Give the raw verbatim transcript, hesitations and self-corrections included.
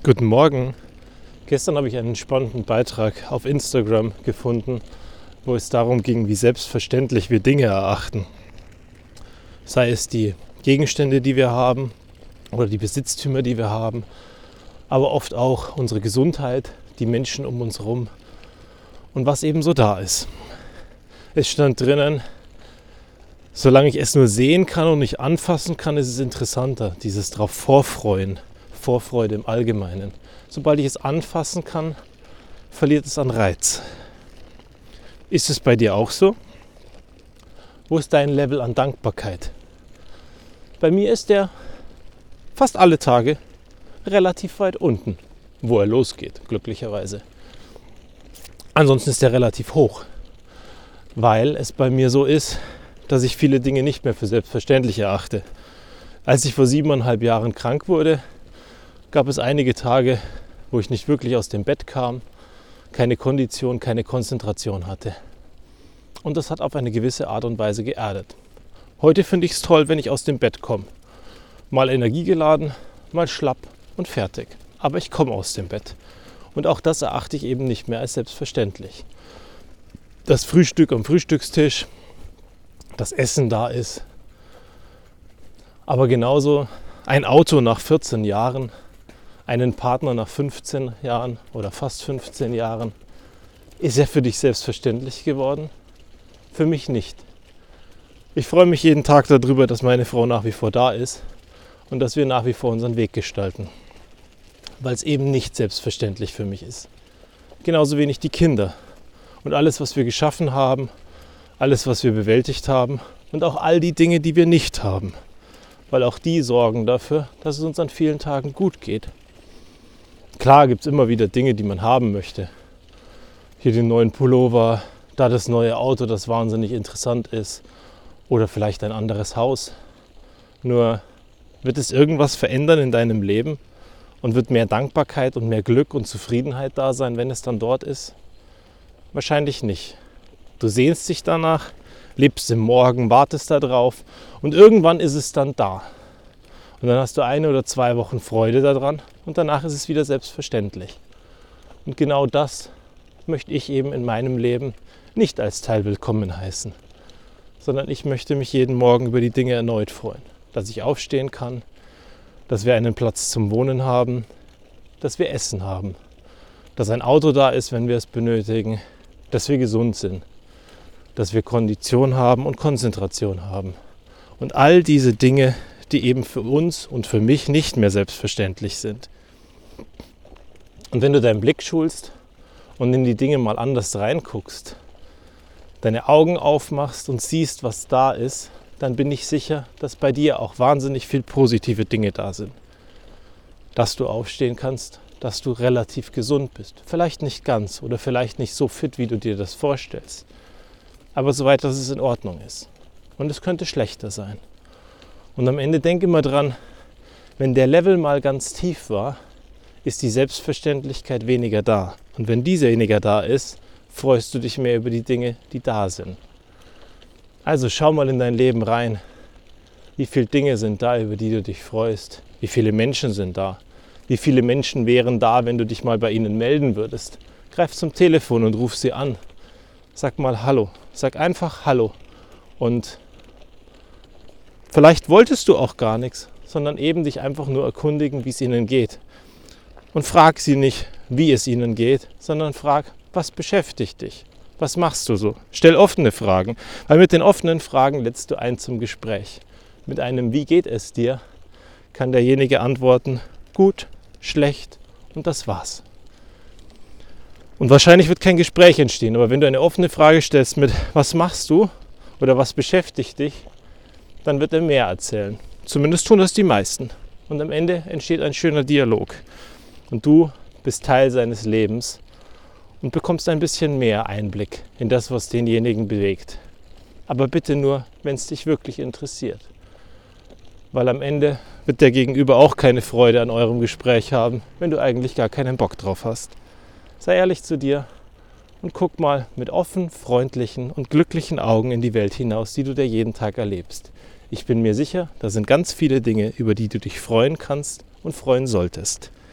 Guten Morgen. Gestern habe ich einen spannenden Beitrag auf Instagram gefunden, wo es darum ging, wie selbstverständlich wir Dinge erachten. Sei es die Gegenstände, die wir haben oder die Besitztümer, die wir haben, aber oft auch unsere Gesundheit, die Menschen um uns herum und was eben so da ist. Es stand drinnen, solange ich es nur sehen kann und nicht anfassen kann, ist es interessanter, dieses drauf Vorfreuen, Vorfreude im Allgemeinen. Sobald ich es anfassen kann, verliert es an Reiz. Ist es bei dir auch so? Wo ist dein Level an Dankbarkeit? Bei mir ist der fast alle Tage relativ weit unten, wo er losgeht, glücklicherweise. Ansonsten ist er relativ hoch, weil es bei mir so ist, dass ich viele Dinge nicht mehr für selbstverständlich erachte. Als ich vor siebeneinhalb Jahren krank wurde, gab es einige Tage, wo ich nicht wirklich aus dem Bett kam, keine Kondition, keine Konzentration hatte. Und das hat auf eine gewisse Art und Weise geerdet. Heute finde ich es toll, wenn ich aus dem Bett komme. Mal energiegeladen, mal schlapp und fertig. Aber ich komme aus dem Bett. Und auch das erachte ich eben nicht mehr als selbstverständlich. Das Frühstück am Frühstückstisch, das Essen da ist. Aber genauso ein Auto nach vierzehn Jahren, einen Partner nach fünfzehn Jahren oder fast fünfzehn Jahren. Ist er für dich selbstverständlich geworden? Für mich nicht. Ich freue mich jeden Tag darüber, dass meine Frau nach wie vor da ist und dass wir nach wie vor unseren Weg gestalten. Weil es eben nicht selbstverständlich für mich ist. Genauso wenig die Kinder und alles, was wir geschaffen haben, alles, was wir bewältigt haben und auch all die Dinge, die wir nicht haben. Weil auch die sorgen dafür, dass es uns an vielen Tagen gut geht. Klar gibt es immer wieder Dinge, die man haben möchte. Hier den neuen Pullover, da das neue Auto, das wahnsinnig interessant ist. Oder vielleicht ein anderes Haus. Nur wird es irgendwas verändern in deinem Leben und wird mehr Dankbarkeit und mehr Glück und Zufriedenheit da sein, wenn es dann dort ist? Wahrscheinlich nicht. Du sehnst dich danach, lebst im Morgen, wartest da drauf und irgendwann ist es dann da. Und dann hast du eine oder zwei Wochen Freude daran und danach ist es wieder selbstverständlich. Und genau das möchte ich eben in meinem Leben nicht als Teil willkommen heißen, sondern ich möchte mich jeden Morgen über die Dinge erneut freuen. Dass ich aufstehen kann, dass wir einen Platz zum Wohnen haben, dass wir Essen haben, dass ein Auto da ist, wenn wir es benötigen, dass wir gesund sind, dass wir Kondition haben und Konzentration haben. Und all diese Dinge, die eben für uns und für mich nicht mehr selbstverständlich sind. Und wenn du deinen Blick schulst und in die Dinge mal anders reinguckst, deine Augen aufmachst und siehst, was da ist, dann bin ich sicher, dass bei dir auch wahnsinnig viel positive Dinge da sind. Dass du aufstehen kannst, dass du relativ gesund bist. Vielleicht nicht ganz oder vielleicht nicht so fit, wie du dir das vorstellst. Aber soweit, dass es in Ordnung ist. Und es könnte schlechter sein. Und am Ende denk immer dran, wenn der Level mal ganz tief war, ist die Selbstverständlichkeit weniger da. Und wenn diese weniger da ist, freust du dich mehr über die Dinge, die da sind. Also schau mal in dein Leben rein. Wie viele Dinge sind da, über die du dich freust? Wie viele Menschen sind da? Wie viele Menschen wären da, wenn du dich mal bei ihnen melden würdest? Greif zum Telefon und ruf sie an. Sag mal Hallo. Sag einfach Hallo. Und vielleicht wolltest du auch gar nichts, sondern eben dich einfach nur erkundigen, wie es ihnen geht. Und frag sie nicht, wie es ihnen geht, sondern frag, was beschäftigt dich? Was machst du so? Stell offene Fragen, weil mit den offenen Fragen lädst du ein zum Gespräch. Mit einem Wie geht es dir? Kann derjenige antworten, gut, schlecht und das war's. Und wahrscheinlich wird kein Gespräch entstehen, aber wenn du eine offene Frage stellst mit was machst du oder was beschäftigt dich, dann wird er mehr erzählen. Zumindest tun das die meisten. Und am Ende entsteht ein schöner Dialog. Und du bist Teil seines Lebens und bekommst ein bisschen mehr Einblick in das, was denjenigen bewegt. Aber bitte nur, wenn es dich wirklich interessiert. Weil am Ende wird der Gegenüber auch keine Freude an eurem Gespräch haben, wenn du eigentlich gar keinen Bock drauf hast. Sei ehrlich zu dir und guck mal mit offenen, freundlichen und glücklichen Augen in die Welt hinaus, die du dir jeden Tag erlebst. Ich bin mir sicher, da sind ganz viele Dinge, über die du dich freuen kannst und freuen solltest.